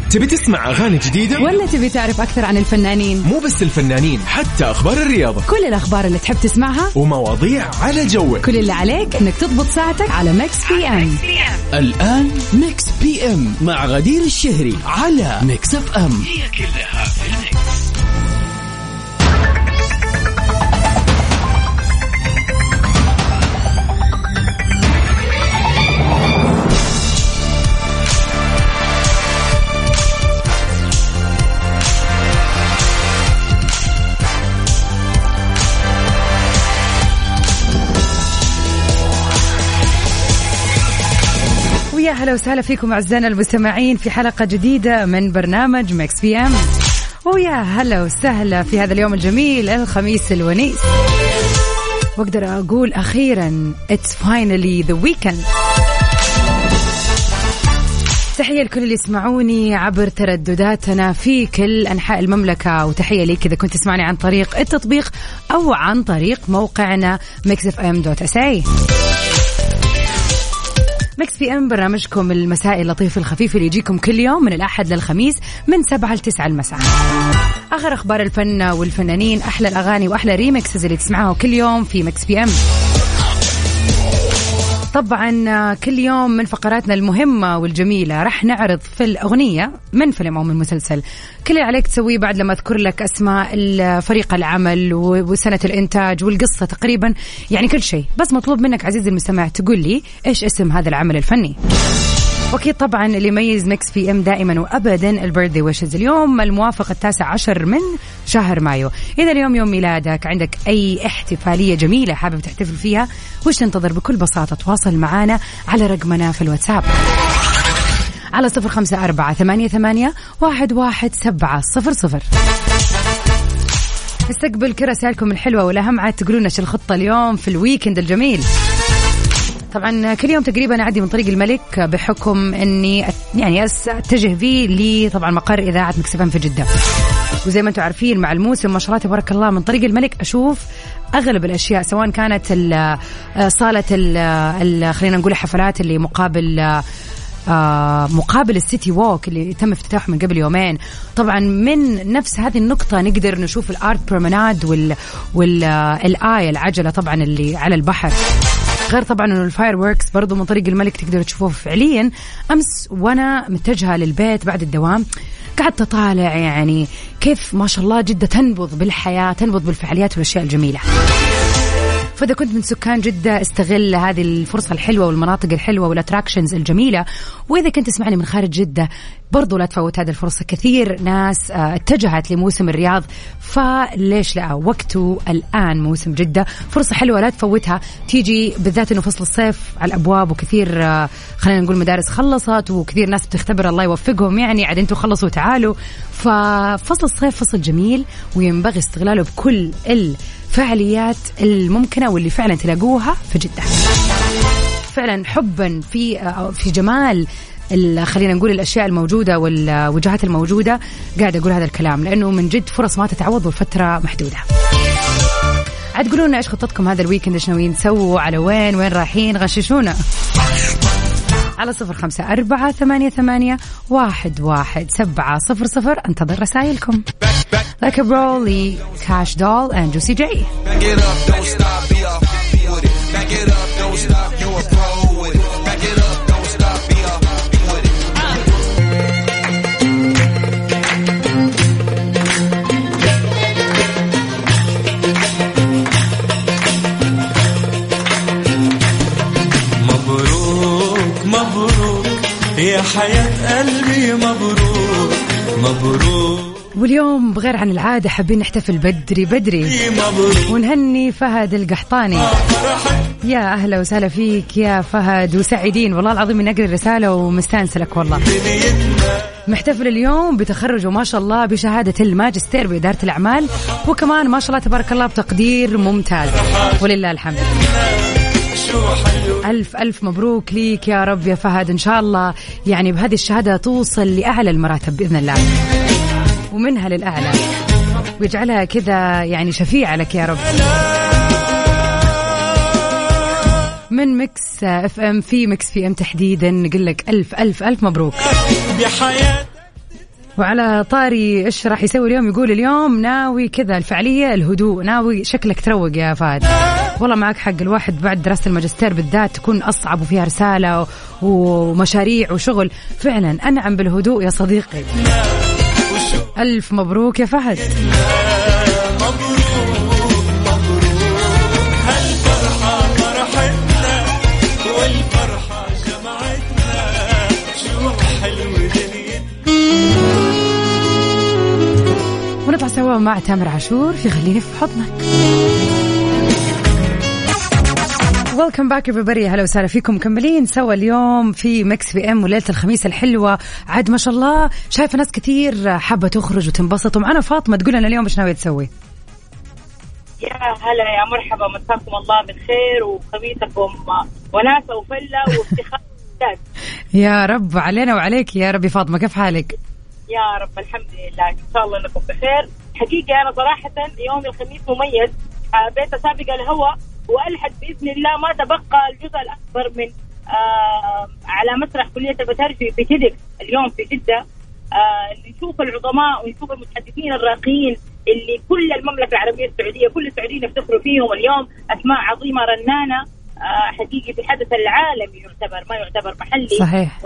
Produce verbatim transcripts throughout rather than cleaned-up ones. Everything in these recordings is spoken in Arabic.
تبي تسمع أغاني جديدة ولا تبي تعرف أكثر عن الفنانين؟ مو بس الفنانين، حتى أخبار الرياضة، كل الأخبار اللي تحب تسمعها ومواضيع على جوك. كل اللي عليك إنك تضبط ساعتك على ميكس بي ام. الآن ميكس بي ام مع غدير الشهري على ميكس اف ام. هي كلها في الميكس. يا هلا وسهلا فيكم أعزائنا المستمعين في حلقة جديدة من برنامج ميكس بي ام. ويا هلا وسهلا في هذا اليوم الجميل الخميس الونيس، واقدر أقول أخيرا it's finally the weekend. تحية لكل اللي يسمعوني عبر تردداتنا في كل أنحاء المملكة، وتحية لي كذا كنت تسمعني عن طريق التطبيق أو عن طريق موقعنا ميكس اف ام دوت اس اي. ميكس بي ام برنامجكم المسائي اللطيف الخفيف اللي يجيكم كل يوم من الأحد للخميس من سبعة لتسعة المساء. آخر أخبار الفن والفنانين، أحلى الأغاني وأحلى ريمكسز اللي تسمعوها كل يوم في ميكس بي ام. طبعا كل يوم من فقراتنا المهمة والجميلة رح نعرض في الأغنية من فيلم أو من مسلسل. كل اللي عليك تسويه بعد لما أذكر لك أسماء فريق العمل وسنة الإنتاج والقصة تقريبا، يعني كل شيء، بس مطلوب منك عزيزي المستمع تقول لي إيش اسم هذا العمل الفني. وأكيد طبعا اللي يميز ميكس بي ام دائما وأبدا البيرثدي ويشز. اليوم الموافق التاسع عشر من شهر مايو. إذا اليوم يوم ميلادك، عندك أي احتفالية جميلة حابب تحتفل فيها، وش تنتظر؟ بكل بساطة تواصل معنا على رقمنا في الواتساب على صفر خمسة أربعة ثمانية ثمانية واحد واحد سبعة صفر صفر. استقبل كل رسائلكم الحلوة، والأهم عاد تقولون ايش الخطة اليوم في الويكند الجميل. طبعا كل يوم تقريبا أعدي من طريق الملك بحكم أني يعني أتجه فيه لي طبعا مقر إذاعة ميكس اف ام في جدة، وزي ما أنتم عارفين مع الموسم ما شاء الله تبارك الله من طريق الملك أشوف أغلب الأشياء، سواء كانت صالة خلينا نقول الحفلات اللي مقابل آه مقابل السيتي ووك اللي تم افتتاحه من قبل يومين. طبعا من نفس هذه النقطة نقدر نشوف الارت برومناد وال والآية العجلة طبعا اللي على البحر، غير طبعا انه الفاير ووركس برضو من طريق الملك تقدروا تشوفوه فعليا. امس وانا متجهة للبيت بعد الدوام قعدت اطالع يعني كيف ما شاء الله جدة تنبض بالحياة، تنبض بالفعاليات والاشياء الجميلة. فإذا كنت من سكان جدة استغل هذه الفرصة الحلوة والمناطق الحلوة والأتراكشنز الجميلة، وإذا كنت تسمعني من خارج جدة برضو لا تفوت هذه الفرصة. كثير ناس اتجهت لموسم الرياض، فليش لا؟ وقته الآن موسم جدة، فرصة حلوة لا تفوتها. تيجي بالذات إنه فصل الصيف على الأبواب، وكثير خلينا نقول مدارس خلصت وكثير ناس بتختبر، الله يوفقهم يعني، عاد انتوا خلصوا تعالوا. ففصل الصيف فصل جميل وينبغي استغلاله بكل ال فعاليات الممكنة واللي فعلا تلاقوها في جدة. فعلا حبا في في جمال خلينا نقول الأشياء الموجودة والوجهات الموجودة، قاعد أقول هذا الكلام لأنه من جد فرص ما تتعوض والفترة محدودة. عاد قولونا إيش خطتكم هذا الويكند، إيش ناويين تسووا، على وين وين رايحين، غششونا على صفر خمسة أربعة ثمانية ثمانية واحد واحد سبعة صفر صفر. انتظر رسائلكم. Like a Broly, Cash Doll and Juicy J. Back it up, don't stop, be up with it. Back it up, don't stop, you a pro with it. Back it up, don't stop, be up with it. مبروك مبروك يا حياة قلبي، مبروك مبروك. واليوم بغير عن العادة حابين نحتفل بدري بدري ونهني فهد القحطاني. يا أهلا وسهلا فيك يا فهد، وسعيدين والله العظيم من أقرأ الرسالة ومستانسة لك والله. محتفل اليوم بتخرجه ما شاء الله بشهادة الماجستير بإدارة الأعمال، وكمان ما شاء الله تبارك الله بتقدير ممتاز ولله الحمد. ألف ألف مبروك ليك يا رب يا فهد، إن شاء الله يعني بهذه الشهادة توصل لأعلى المراتب بإذن الله، ومنها للأعلى، ويجعلها كذا يعني شفيعة لك يا رب. من ميكس اف ام في ميكس في ام تحديدا نقول لك ألف ألف ألف مبروك. وعلى طاري إيش راح يسوي اليوم؟ يقول اليوم ناوي كذا الفعالية الهدوء، ناوي شكلك تروق يا فهد. والله معك حق، الواحد بعد دراسة الماجستير بالذات تكون أصعب وفيها رسالة ومشاريع وشغل، فعلا أنعم بالهدوء يا صديقي. ألف مبروك يا فهد. ونطلع سوا مع تامر عاشور في خليني في حضنك. Welcome back everybody. هلا وسهلا فيكم، مكملين سوا اليوم في مكس بي ام وليلة الخميس الحلوة. عاد ما شاء الله شايفة ناس كتير حابة تخرج وتنبسط، ومعنا فاطمة تقول لنا اليوم ايش ناوية تسوي. يا هلا يا مرحبا، مساكم الله بالخير وخميسكم وناسة وفلة وافتخار. يا رب علينا وعليك يا رب. فاطمة كيف حالك؟ يا رب الحمد لله، إن شاء الله أنكم بخير. حقيقة أنا صراحة يوم الخميس مميز، بيت سابق الهواء وألحد بإذن الله ما تبقى الجزء الأكبر من آه على مسرح كلية البتر في في تيدكس اليوم في جدة. آه نشوف العظماء ونشوف المتحدثين الراقيين اللي كل المملكة العربية السعودية كل السعوديين يفتخروا فيهم اليوم، أسماء عظيمة رنانة. آه حقيقي في الحدث العالمي يعتبر ما يعتبر محلي. صحيح.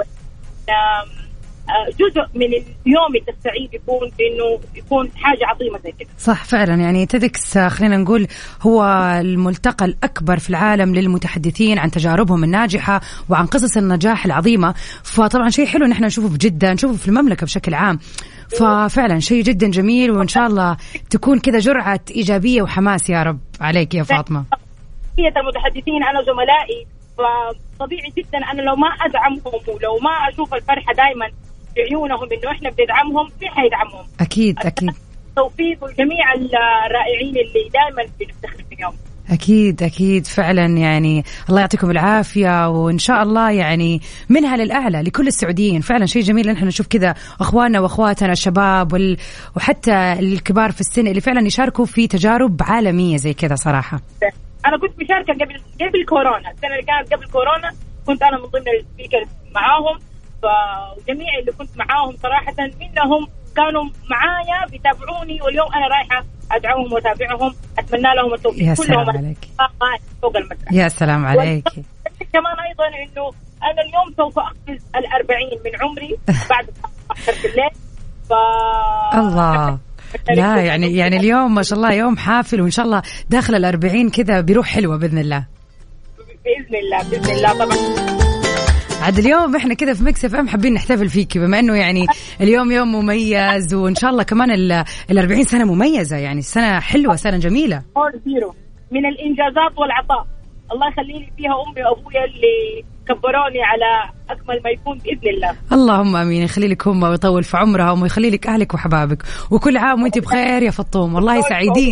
جزء من اليوم السعيد يكون إنه يكون حاجة عظيمة زي كده. صح فعلا، يعني تيدكس خلينا نقول هو الملتقى الأكبر في العالم للمتحدثين عن تجاربهم الناجحة وعن قصص النجاح العظيمة. فطبعا شيء حلو نحن نشوفه بجدة، نشوفه في المملكة بشكل عام، ففعلا شيء جدا جميل، وإن شاء الله تكون كذا جرعة إيجابية وحماس يا رب عليك يا فاطمة. المتحدثين أنا زملائي، فطبيعي جدا أنا لو ما أدعمهم ولو ما أشوف الفرحة دايما في عيونهم إنه إحنا بندعمهم، في حيدعمهم أكيد أكيد. توفيق وجميع الرائعين اللي دايما بنفتخر فيهم. أكيد أكيد فعلا، يعني الله يعطيكم العافية، وإن شاء الله يعني منها للأعلى لكل السعوديين. فعلا شيء جميل إن احنا نشوف كذا أخواننا وأخواتنا الشباب وال... وحتى الكبار في السن اللي فعلا يشاركوا في تجارب عالمية زي كذا صراحة. أنا كنت مشاركة قبل قبل كورونا، السنة اللي كانت قبل كورونا كنت أنا من ضمن السبيكرز معاهم، فجميع اللي كنت معاهم صراحة منهم كانوا معايا بيتابعوني، واليوم أنا رايحة أدعوهم وتابعهم، أتمنى لهم التوفيق. يا سلام عليك. فوق المسرح. يا سلام عليك. كمان أيضا إنه أنا اليوم سوف أقفز الأربعين من عمري بعد آخر الليل. ف الله. لا يعني يعني اليوم ما شاء الله يوم حافل، وإن شاء الله داخل الأربعين كذا بيروح حلوة بإذن الله. بإذن الله بإذن الله طبعا. عاد اليوم احنا كذا في مكس اف ام حابين نحتفل فيك، بما انه يعني اليوم يوم مميز، وان شاء الله كمان الأربعين سنة مميزة، يعني سنة حلوة سنة جميلة من الإنجازات والعطاء. الله يخليني فيها أمي وأبويا اللي كبروني على أكمل ما يكون بإذن الله. اللهم آمين، يخلي لك أمة ويطول في عمرها ويخلي لك أهلك وحبابك، وكل عام وانت بخير يا فطوم، والله سعيدين.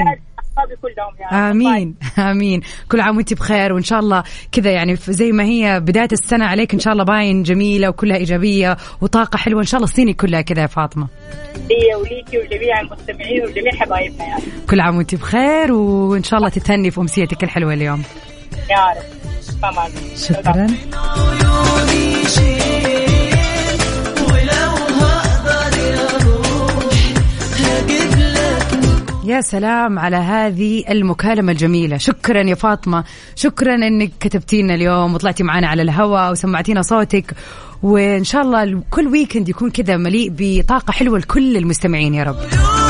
آمين آمين. كل عام وانت بخير، وإن شاء الله كذا يعني زي ما هي بداية السنة عليك إن شاء الله باين جميلة وكلها إيجابية وطاقة حلوة إن شاء الله. الصيني كلها كذا يا فاطمة. لي وليكي وجميع المستمعين وجميع حبايبنا يعني. كل عام وانت بخير، وإن شاء الله تتهني في أمسيتك الحلوة اليوم. يا رب. طبعا. شكرا. يا سلام على هذه المكالمة الجميلة. شكرا يا فاطمة، شكرا انك كتبتينا اليوم وطلعتي معنا على الهواء وسمعتينا صوتك، وان شاء الله كل ويكند يكون كذا مليء بطاقة حلوة لكل المستمعين يا رب.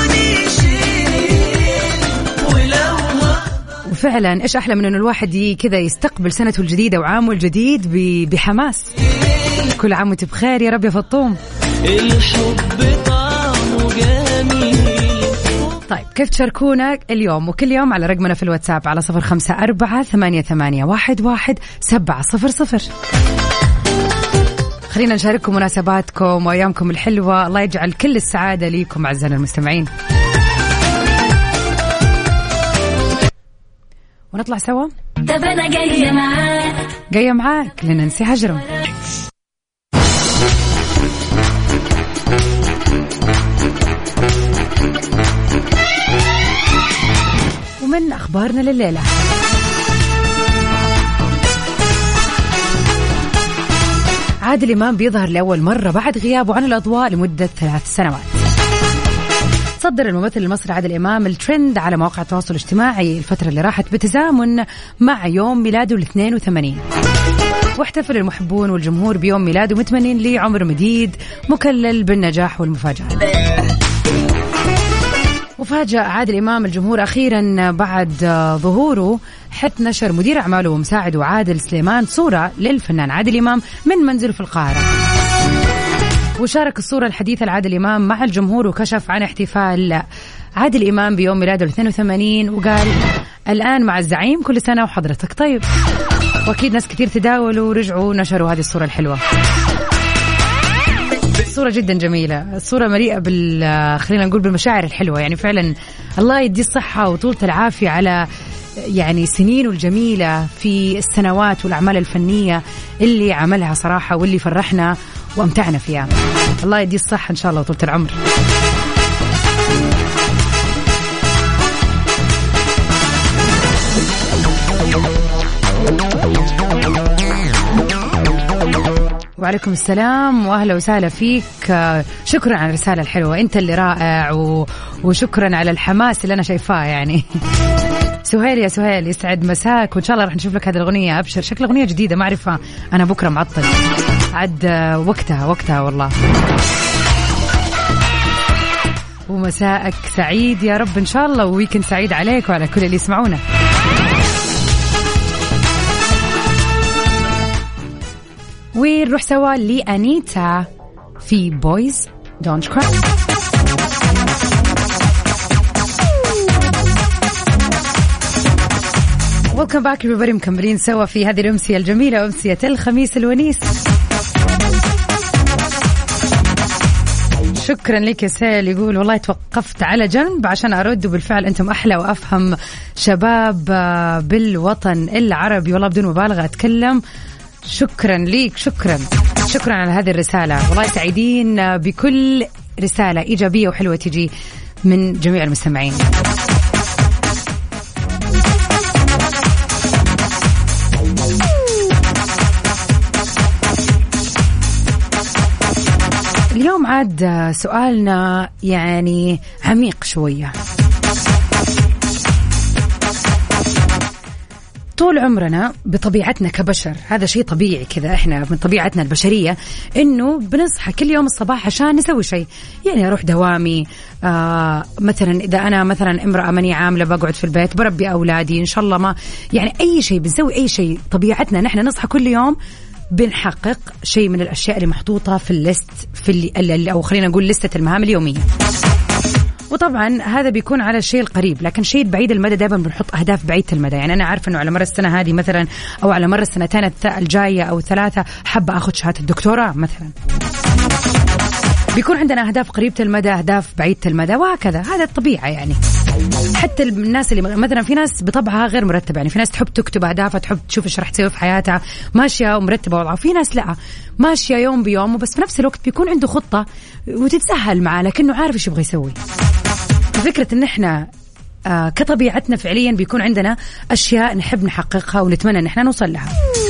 وفعلا ايش احلى من انه الواحد كذا يستقبل سنته الجديدة وعامه الجديد بحماس. كل عام وانت بخير يا رب يا فطوم. الحب طعمه جميل. طيب كيف تشاركونا اليوم وكل يوم؟ على رقمنا في الواتساب على صفر خمسة أربعة ثمانية ثمانية واحد واحد سبعة صفر صفر. خلينا نشارككم مناسباتكم وأيامكم الحلوة، الله يجعل كل السعادة ليكم أعزائنا المستمعين. ونطلع سوا. طب أنا جاية معاك جاية معاك لننسي هجرم. ومن أخبارنا لليلة، عادل إمام بيظهر لأول مرة بعد غيابه عن الأضواء لمدة ثلاث سنوات. صدر الممثل المصري عادل إمام الترند على مواقع التواصل الاجتماعي الفترة اللي راحت بتزامن مع يوم ميلاده الاثنين وثمانين، واحتفل المحبون والجمهور بيوم ميلاده متمنين ليه عمر مديد مكلل بالنجاح والمفاجآت. وفاجأ عادل إمام الجمهور أخيرا بعد ظهوره، حيث نشر مدير أعماله ومساعده عادل سليمان صورة للفنان عادل إمام من منزله في القاهرة، وشارك الصورة الحديثة لعادل إمام مع الجمهور، وكشف عن احتفال عادل إمام بيوم ميلاده الاثنين وثمانين وقال: الآن مع الزعيم، كل سنة وحضرتك طيب. وأكيد ناس كتير تداولوا ورجعوا نشروا هذه الصورة الحلوة. صورة جدا جميلة، الصورة مليئة بال خلينا نقول بالمشاعر الحلوة، يعني فعلا الله يدي الصحة وطولة العافية على يعني سنينه الجميلة في السنوات والأعمال الفنية اللي عملها صراحة، واللي فرحنا وأمتعنا فيها. الله يدي الصحة إن شاء الله وطولة العمر. وعليكم السلام وأهلا وسهلا فيك. شكرا على الرسالة الحلوة، أنت اللي رائع، و... وشكرا على الحماس اللي أنا شايفاه يعني. سهيل يا سهيل، يسعد مساك، وإن شاء الله رح نشوف لك هذه الأغنية. أبشر، شكل أغنية جديدة ما أعرفها أنا، بكرة معطل عد وقتها وقتها والله. ومساءك سعيد يا رب إن شاء الله، وويكند سعيد عليك وعلى كل اللي يسمعونا. ونروح سوا لأنيتا في بويز دونت كراي. ويلكم باك everybody، مكملين سوا في هذه الأمسية الجميلة، أمسية الخميس الونيس. شكرا لك يا سيل، يقول والله توقفت على جنب عشان أرد، وبالفعل أنتم أحلى وأفهم شباب بالوطن العربي، والله بدون مبالغة أتكلم. شكرا ليك، شكرا شكرا على هذه الرسالة، والله سعيدين بكل رسالة إيجابية وحلوة تجي من جميع المستمعين. اليوم عاد سؤالنا يعني عميق شوية. طول عمرنا بطبيعتنا كبشر، هذا شيء طبيعي كذا، احنا من طبيعتنا البشرية انه بنصحى كل يوم الصباح عشان نسوي شيء، يعني اروح دوامي، آه مثلا اذا انا مثلا امرأة ماني عاملة بقعد في البيت بربي اولادي ان شاء الله، ما يعني اي شيء بنسوي، اي شيء طبيعتنا نحن نصحى كل يوم بنحقق شيء من الاشياء اللي محطوطة في الليست، في اللي او خلينا نقول لستة المهام اليومية. وطبعا هذا بيكون على الشيء القريب، لكن شيء بعيد المدى دائما بنحط أهداف بعيدة المدى. يعني أنا عارفة أنه على مر السنة هذه مثلا، أو على مر السنتين الجاية أو ثلاثة حابة أخذ شهادة الدكتوراه مثلا. بيكون عندنا أهداف قريبة المدى، أهداف بعيدة المدى، وهكذا. هذا الطبيعة يعني. حتى الناس اللي مثلا في ناس بطبعها غير مرتبة، يعني في ناس تحب تكتب أهدافها، تحب تشوف إيش راح تسوي في حياتها، ماشية ومرتبة وضعها. في ناس لا، ماشية يوم بيوم، وبس في نفس الوقت بيكون عنده خطة وتتسهل معاه، لكنه عارف إيش يبغى يسوي. فكرة إن إحنا آه كطبيعتنا فعليا بيكون عندنا أشياء نحب نحققها ونتمنى إن إحنا نوصل لها.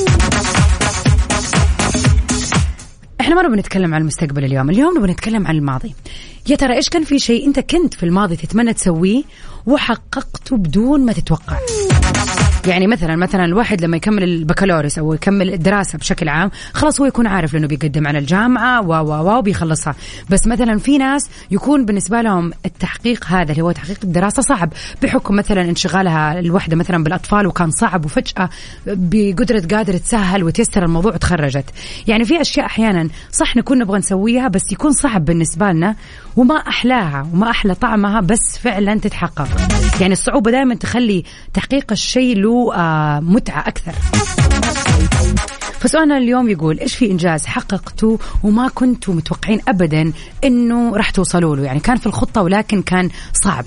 إحنا ما نبغى نتكلم عن المستقبل اليوم، اليوم نبغى نتكلم عن الماضي. يا ترى إيش كان في شيء أنت كنت في الماضي تتمنى تسويه وحققته بدون ما تتوقع؟ يعني مثلا مثلا الواحد لما يكمل البكالوريوس أو يكمل الدراسة بشكل عام، خلاص هو يكون عارف لأنه بيقدم على الجامعة و و و بيخلصها. بس مثلا في ناس يكون بالنسبة لهم التحقيق هذا اللي هو تحقيق الدراسة صعب، بحكم مثلا انشغالها الوحدة مثلا بالأطفال وكان صعب، وفجأة بقدرة قادرة تسهل وتيسر الموضوع وتخرجت. يعني في أشياء أحيانا صح نكون نبغى نسويها بس يكون صعب بالنسبة لنا وما أحلاها وما أحلى طعمها، بس فعلا تتحقق. يعني الصعوبة دائما تخلي تحقيق الشيء له آه متعة أكثر. فسؤالنا اليوم يقول إيش في إنجاز حققته وما كنتوا متوقعين أبدا إنه راح توصلوا له؟ يعني كان في الخطة ولكن كان صعب.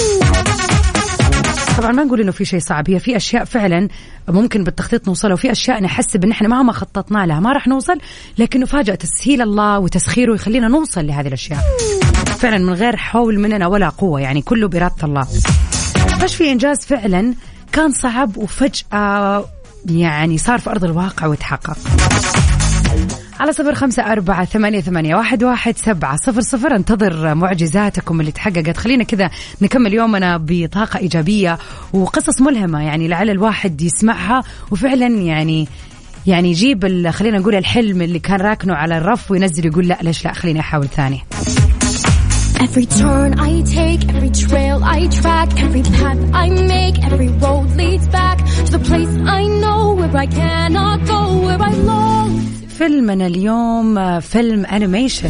طبعا ما نقول إنه في شيء صعب، هي في أشياء فعلا ممكن بالتخطيط نوصله، وفي أشياء نحسب إن إحنا مهما خططنا لها ما راح نوصل، لكنه فاجأة تسهيل الله وتسخيره يخلينا نوصل لهذه الأشياء فعلا من غير حول مننا ولا قوة، يعني كله بإرادة الله. فاش في إنجاز فعلا كان صعب وفجأة يعني صار في أرض الواقع وتحقق. على صفر خمسة أربعة ثمانية ثمانية واحد واحد سبعة صفر صفر. انتظر معجزاتكم اللي تحققت. خلينا كذا نكمل يومنا بطاقة إيجابية وقصص ملهمة، يعني لعل الواحد يسمعها وفعلا يعني يعني يجيب خلينا نقول الحلم اللي كان راكنه على الرف وينزل يقول لا ليش لا خليني أحاول ثاني. Every turn I take, every trail I track, every path I make, every road leads back to the place I know where I cannot go, where I long. فيلمنا اليوم فيلم أنيميشن،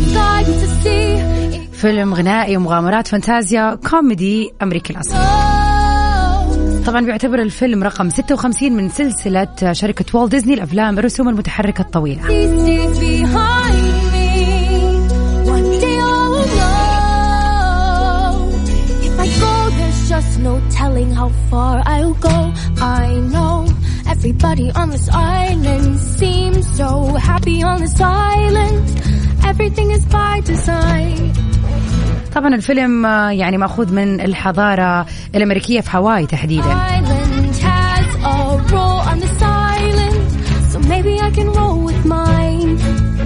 فيلم غنائي ومغامرات فانتازيا كوميدي أمريكي الأصل. طبعا بيعتبر الفيلم رقم ستة وخمسين من سلسلة شركة والت ديزني الأفلام الرسوم المتحركة الطويلة. Just no telling how far I'll go. I know everybody on this island seems so happy on this island. Everything is by design. طبعا الفيلم يعني مأخوذ من الحضارة الأمريكية في هاواي تحديدا. Island has a role on this island, so maybe I can roll with mine.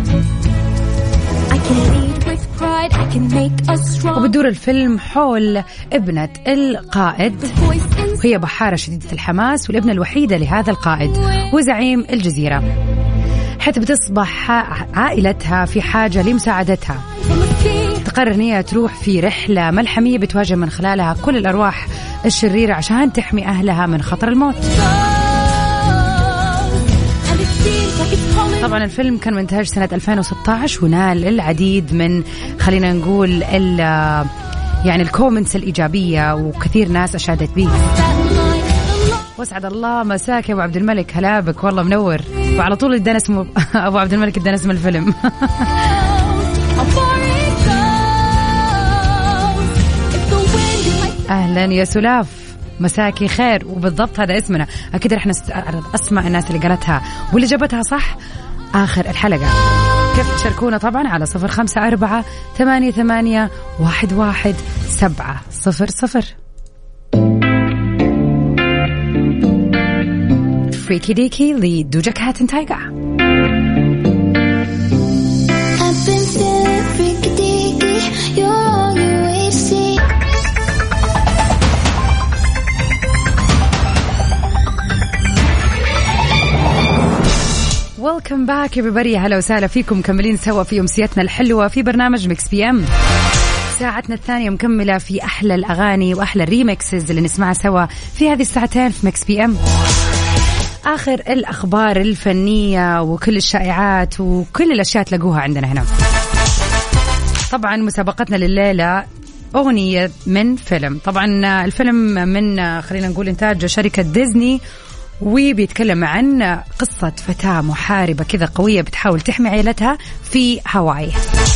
I can lead with pride, I can make us strong. وبدور الفيلم حول ابنة القائد، وهي بحارة شديدة الحماس والابنة الوحيدة لهذا القائد وزعيم الجزيرة، حيث بتصبح عائلتها في حاجة لمساعدتها. تقرر ان هي تروح في رحلة ملحمية بتواجه من خلالها كل الأرواح الشريرة عشان تحمي أهلها من خطر الموت. طبعا الفيلم كان منتهج سنة ألفين وستة عشر ونال العديد من خلينا نقول ال يعني الكومنتس الإيجابية وكثير ناس أشادت به. واسعد الله مساك يا أبو عبد الملك، هلا بك والله منور. وعلى طول ادانا اسمه أبو عبد الملك، ادانا اسم الفيلم. أهلا يا سلاف، مساكي خير. وبالضبط هذا اسمنا. أكيد رح نستعرض أسماء الناس اللي قالتها واللي جابتها صح آخر الحلقة. كيف تشاركونا؟ طبعا على صفر خمسة أربعة ثمانية ثمانية واحد واحد سبعة صفر صفر. فريكي ديكي لدوجا كات اند تايجا. Welcome back everybody. هلا وسهلا فيكم، مكملين سوا في أمسيتنا الحلوة في برنامج ميكس بي ام. ساعتنا الثانية مكملة في أحلى الأغاني وأحلى الريمكسز اللي نسمعها سوا في هذه الساعتين في ميكس بي ام. آخر الأخبار الفنية وكل الشائعات وكل الأشياء تلاقوها عندنا هنا. طبعا مسابقتنا لليلة أغنية من فيلم. طبعا الفيلم من خلينا نقول إنتاج شركة ديزني، وبيتكلم عن قصة فتاة محاربة كذا قوية بتحاول تحمي عائلتها في هاواي.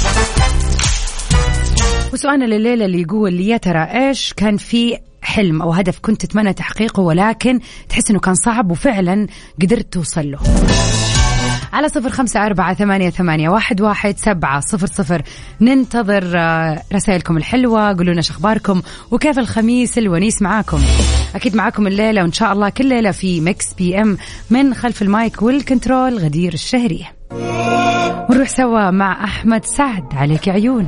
وسؤالنا لليلة اللي يقول يا ترى إيش كان في حلم أو هدف كنت تتمنى تحقيقه ولكن تحس إنه كان صعب وفعلا قدرت توصل له؟ على صفر خمسة أربعة ثمانية ثمانية واحد واحد سبعة صفر صفر. ننتظر رسائلكم الحلوة. قولونا شخباركم وكيف الخميس الونيس معاكم. أكيد معاكم الليلة وإن شاء الله كل ليلة في ميكس بي ام من خلف المايك والكنترول غدير الشهري. ونروح سوا مع أحمد سعد عليك عيون.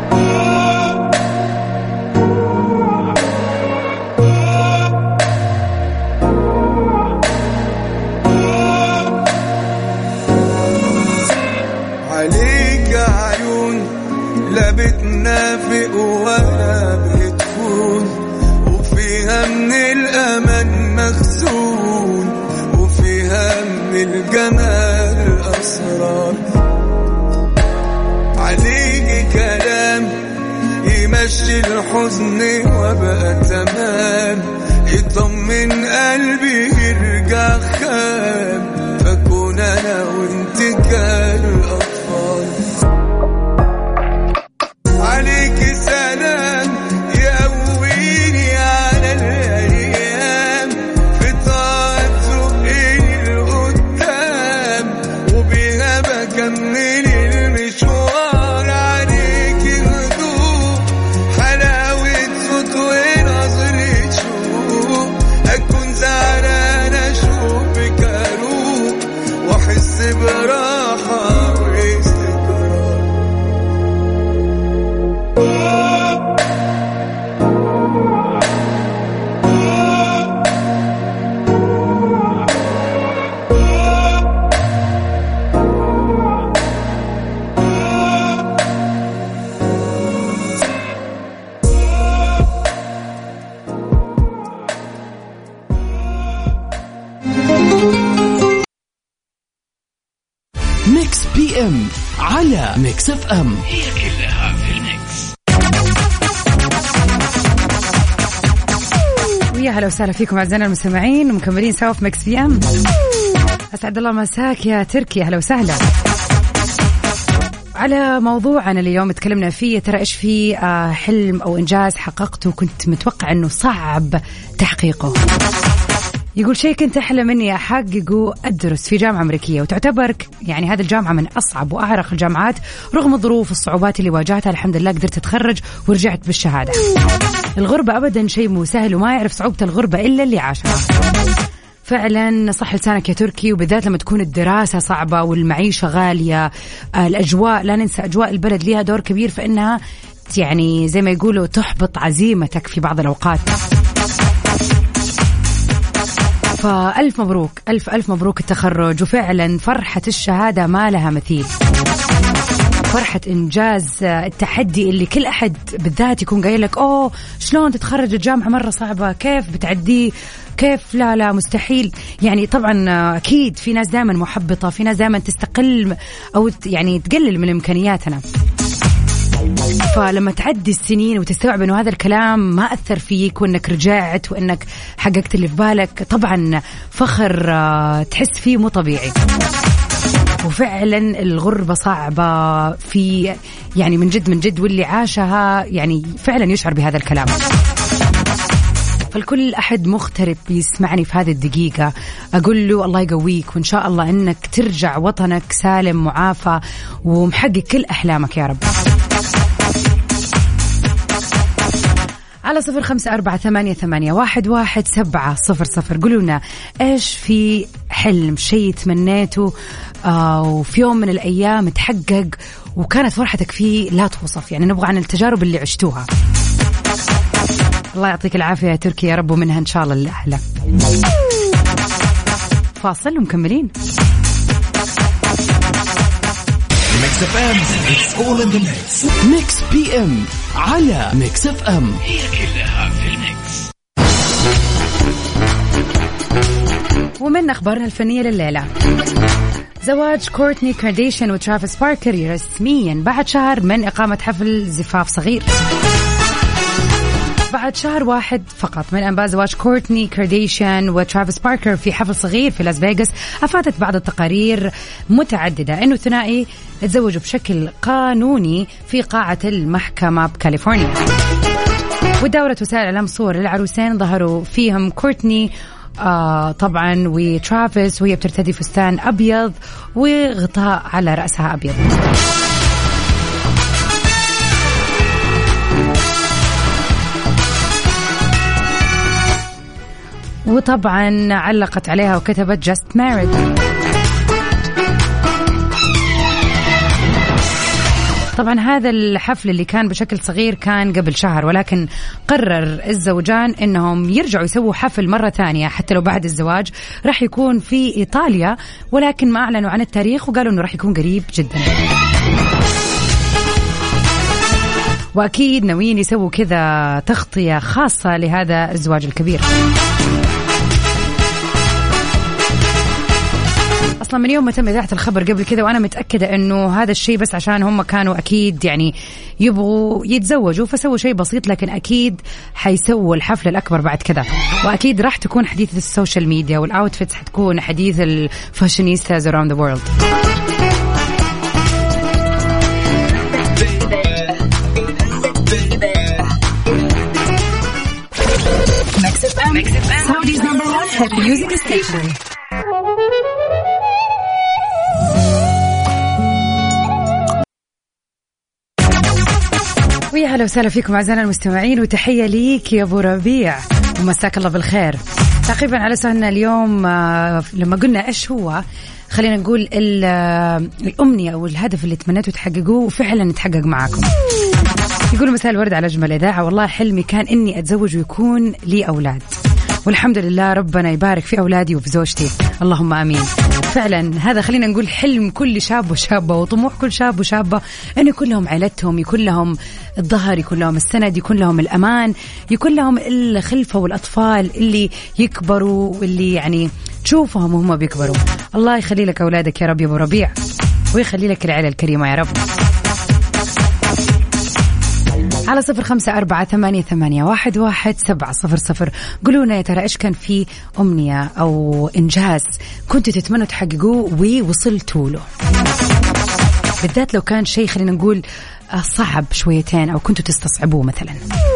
لا بتنافق ولا بتكون، وفيها من الأمل مخزون، وفيها من الجمال أسرار. عليك كلام يمشي الحزن وبقى تمام، يطمن قلبي يرجع خام، فكون أنا وانت كالأطفال. عليك سلام يقويني على الأيام، في طاعة زقني لقدام، وبيها بكمل المشوار. عليك هدوء حلاوة صوت ونظرة شوق، ام على ميكس اف ام. هي كلها في الميكس. ويا هلا وسهلا فيكم أعزائنا المستمعين ومكملين سوا في ميكس بي ام. أسعد الله مساك يا تركي، هلا وسهلا. على موضوعنا اليوم تكلمنا فيه، ترى إيش في حلم أو إنجاز حققته كنت متوقع أنه صعب تحقيقه. يقول شيء كنت أحلم إني أحققه، أدرس في جامعة أمريكية وتعتبر يعني هذه الجامعة من أصعب وأعرق الجامعات، رغم الظروف والصعوبات اللي واجهتها الحمد لله قدرت أتخرج ورجعت بالشهادة. الغربة أبدا شيء مو سهل وما يعرف صعوبة الغربة إلا اللي عاشها. فعلا صح لسانك يا تركي، وبالذات لما تكون الدراسة صعبة والمعيشة غالية، الأجواء لا ننسى أجواء البلد ليها دور كبير في إنها يعني زي ما يقولوا تحبط عزيمتك في بعض الأوقات. فألف مبروك، ألف ألف مبروك التخرج، وفعلا فرحة الشهادة ما لها مثيل، فرحة إنجاز التحدي اللي كل أحد بالذات يكون قايل لك أوه شلون تتخرج الجامعة مرة صعبة، كيف بتعديه، كيف لا لا مستحيل. يعني طبعا أكيد في ناس دائما محبطة، في ناس دائما تستقل أو يعني تقلل من إمكانياتنا. فلما تعدي السنين وتستوعب أنه هذا الكلام ما أثر فيك وأنك رجعت وأنك حققت اللي في بالك، طبعا فخر تحس فيه مو طبيعي. وفعلا الغربة صعبة في يعني من جد من جد، واللي عاشها يعني فعلا يشعر بهذا الكلام. فالكل أحد مغترب يسمعني في هذه الدقيقة أقول له الله يقويك، وإن شاء الله أنك ترجع وطنك سالم معافى ومحقق كل أحلامك يا رب. على صفر خمسة أربعة ثمانية ثمانية واحد واحد سبعة صفر صفر قولوا لنا إيش في حلم شيء تمنيته آه وفي يوم من الأيام تحقق وكانت فرحتك فيه لا توصف. يعني نبغى عن التجارب اللي عشتوها. الله يعطيك العافية يا تركي يا رب، ومنها إن شاء الله الأحلى. فاصل ومكملين. ميكس اف ام it's all in the mix. ميكس بي ام على ميكس اف ام. هي كلها في الميكس. ومن أخبارنا الفنية لليلة، زواج كورتني كارديشيان وترافيس باركر رسميا بعد شهر من إقامة حفل زفاف صغير. بعد شهر واحد فقط من أنباء زواج كورتني كارديشيان وترافيس باركر في حفل صغير في لاس فيغاس، أفادت بعض التقارير متعددة أنه الثنائي تزوجوا بشكل قانوني في قاعة المحكمة بكاليفورنيا. ودورت وسائل الإعلام صور للعروسين ظهروا فيهم كورتني آه طبعا وترافيس وهي بترتدي فستان أبيض وغطاء على رأسها أبيض. وطبعا علقت عليها وكتبت just married. طبعا هذا الحفل اللي كان بشكل صغير كان قبل شهر، ولكن قرر الزوجان انهم يرجعوا يسووا حفل مرة ثانية حتى لو بعد الزواج. راح يكون في إيطاليا، ولكن ما أعلنوا عن التاريخ وقالوا انه راح يكون قريب جدا. وأكيد ناويين يسووا كذا تغطية خاصة لهذا الزواج الكبير. أصلا من يوم ما تم إذاعة الخبر قبل كذا وأنا متأكدة أنه هذا الشيء بس عشان هم كانوا أكيد يعني يبغوا يتزوجوا فسووا شيء بسيط، لكن أكيد حيسووا الحفل الأكبر بعد كذا. وأكيد راح تكون حديث السوشيال ميديا والأوتفيتس حتكون حديث الفاشينيستاز around the world. Saudi's number one hit music station. ويا هلا وسهلا فيكم أعزائنا المستمعين، وتحية ليك يا أبو ربيع ومساك الله بالخير. تقريبا على سهلنا اليوم لما قلنا إيش هو، خلينا نقول الأمنية أو الهدف اللي تمنيتوا تحققوه وفعلا تحقق معاكم. يقولوا مساء الورد على أجمل إذاعة، والله حلمي كان إني أتزوج ويكون لي أولاد، والحمد لله ربنا يبارك في أولادي وفي زوجتي، اللهم آمين. فعلا هذا خلينا نقول حلم كل شاب وشابة وطموح كل شاب وشابة، أن يكون لهم عائلتهم، يكون لهم الظهر، يكون لهم السند، يكون لهم الأمان، يكون لهم الخلفة والأطفال اللي يكبروا واللي يعني تشوفهم وهم بيكبروا. الله يخلي لك أولادك يا رب يا أبو ربيع، ويخلي لك العيلة الكريمة يا رب. على صفر خمسة أربعة ثمانية ثمانية واحد واحد سبعة صفر صفر قولونا يا ترى إيش كان في أمنية أو إنجاز كنتوا تتمنوا تحققوه ووصلتوا له، بالذات لو كان شيء خلينا نقول صعب شويتين أو كنتوا تستصعبوه مثلا.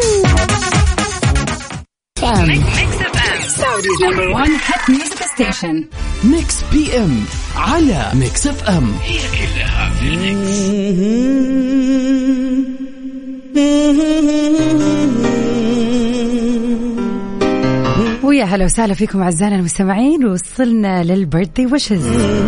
ميكس بي ام على ميكس اف ام، هي كلها في الميكس. ويا هلا وسهلا فيكم أعزائنا المستمعين، وصلنا للبيرثدي ويشز.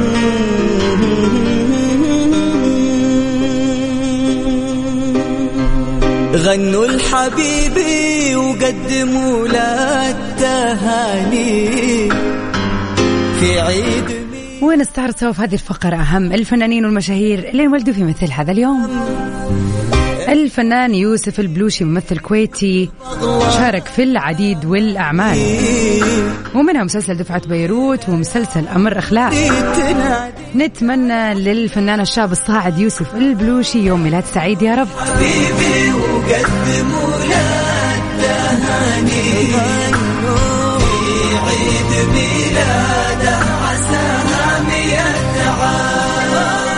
غنوا الحبيبي وقدموا له التهاني في عيد. ونستعرض سوا في هذه الفقرة أهم الفنانين والمشاهير اللي انولدوا في مثل هذا اليوم. الفنان يوسف البلوشي ممثل كويتي شارك في العديد والأعمال ومنها مسلسل دفعة بيروت ومسلسل أمر أخلاق. نتمنى للفنان الشاب الصاعد يوسف البلوشي يوم ميلاد سعيد يا رب. حبيبي وقدموا له التهاني في عيد ميلاده عساها مئة عام.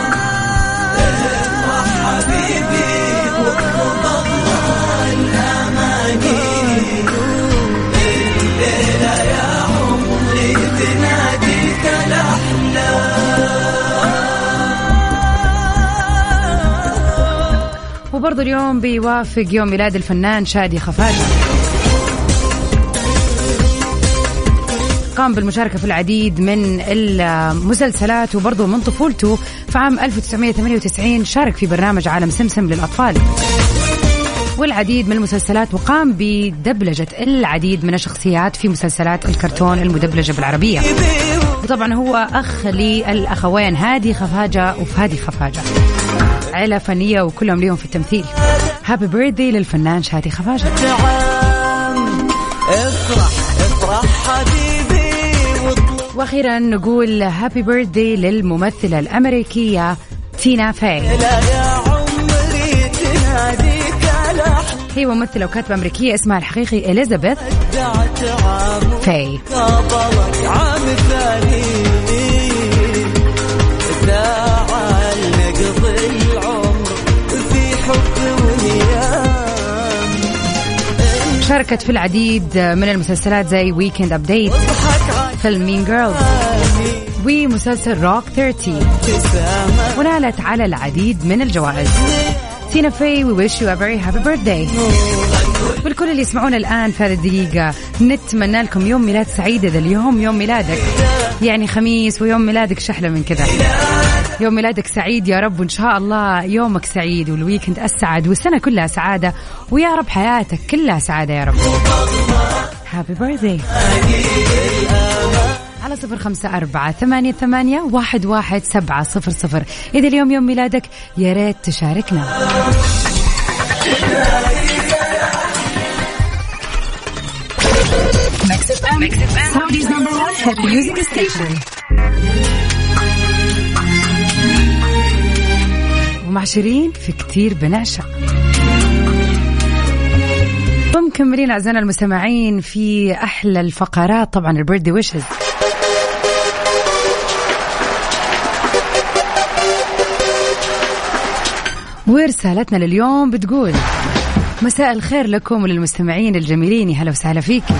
حبيبي واطلب الله الأماني الليلة يا عمري تناديك الأحلام. وبرضو اليوم بيوافق يوم ميلاد الفنان شادي خفاجة، قام بالمشاركة في العديد من المسلسلات وبرضو من طفولته في عام ألف وتسعمائة وثمانية وتسعين شارك في برنامج عالم سمسم للأطفال والعديد من المسلسلات، وقام بدبلجة العديد من الشخصيات في مسلسلات الكرتون المدبلجة بالعربية. وطبعا هو أخ للأخوين هادي خفاجة وفادي خفاجة، عائلة فنية وكلهم ليهم في التمثيل. هابي بيرثدي للفنان شادي خفاجة. افرح افرح حبيبي. واخيرا نقول هابي بيرثدي للممثلة الأمريكية تينا فاي. هي ممثلة وكاتبة أمريكية اسمها الحقيقي إليزابيث فاي. شاركت في العديد من المسلسلات زي ويكند أبديت، فيلم مين جيرلز، ومسلسل روك ثلاثين، ونالت على العديد من الجوائز. تينا فاي we wish you a very happy birthday. والكل اللي يسمعون الآن في هذه الدقيقة نتمنى لكم يوم ميلاد سعيد. إذا اليوم يوم ميلادك يعني خميس ويوم ميلادك شحلة من كذا، يوم ميلادك سعيد يا رب، وإن شاء الله يومك سعيد والويكند أسعد والسنة كلها سعادة، ويا رب حياتك كلها سعادة يا رب. Happy birthday. على صفر خمسة أربعة ثمانية ثمانية واحد واحد سبعة صفر صفر. إذا اليوم يوم ميلادك يا ريت تشاركنا. Saudi's number one hit music station. ومع شيرين في كتير بنعشق. ومكملين أعزائنا المستمعين في أحلى الفقرات، طبعا البيرثدي ويشز. ورسالتنا لليوم بتقول مساء الخير لكم وللمستمعين الجميلين، هلا وسهلا فيكم.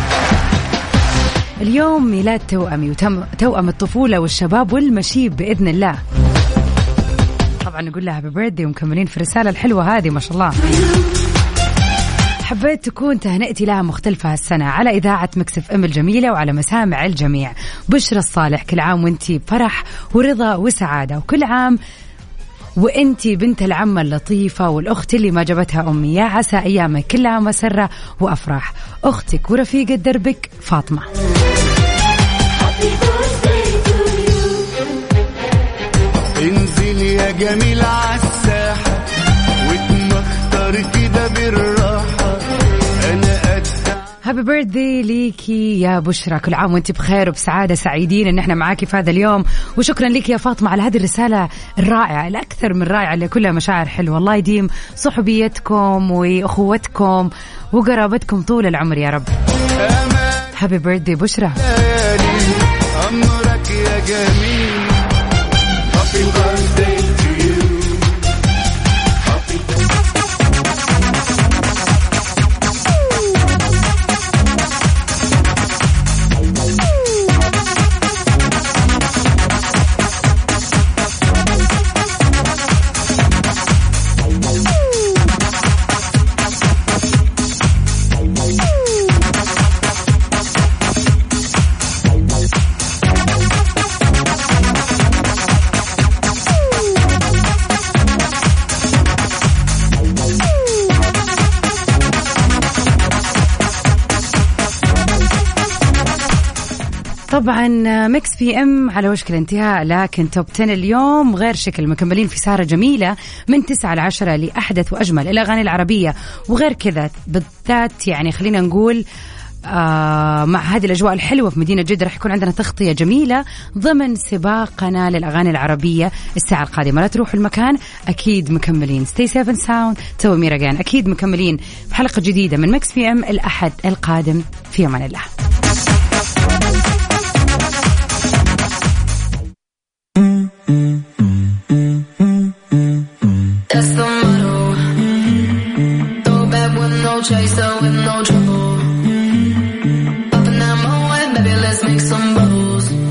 اليوم ميلاد توأمي وتم توأم الطفولة والشباب والمشيب بإذن الله. طبعا نقول لها هابي بيرثدي ومكملين في الرسالة الحلوة هذه ما شاء الله. حبيت تكون تهنئتي لها مختلفة هالسنة على إذاعة ميكس اف ام الجميلة وعلى مسامع الجميع. بشرى الصالح، كل عام وانتي بفرح ورضا وسعادة، وكل عام وانتي بنت العمة اللطيفة والأخت اللي ما جابتها أمي، يا عسى أيامك كلها مسرة وأفراح. أختك ورفيقة دربك فاطمة. انزل يا جميل عالساحة واتمختر كده بالراحة، أنا قد هابي بيرثدي ليكي يا بشرى، كل عام وانت بخير وبسعادة، سعيدين ان احنا معاكي في هذا اليوم. وشكرا لك يا فاطمة على هذه الرسالة الرائعة الأكثر من رائعة اللي كلها مشاعر حلوة. الله يديم صحبيتكم وأخوتكم وقرابتكم طول العمر يا رب. هابي بيرثدي بشرى. أمرك يا جميل. Happy birthday to you. طبعا ميكس بي ام على وشك الانتهاء، لكن توب عشرة اليوم غير شكل، مكملين في سهرة جميلة من تسعة لعشرة لأحدث وأجمل الأغاني العربية. وغير كذا بالذات يعني خلينا نقول آه مع هذه الأجواء الحلوة في مدينة جدة راح يكون عندنا تغطية جميلة ضمن سباقنا للأغاني العربية الساعة القادمة. لا تروحوا المكان، أكيد مكملين. Stay safe and sound. تو ميراجان أكيد مكملين في حلقة جديدة من ميكس بي ام الأحد القادم. في أمان الله. That's the motto. Throw back with no chaser, with no trouble. Up and down my way, baby, let's make some bubbles.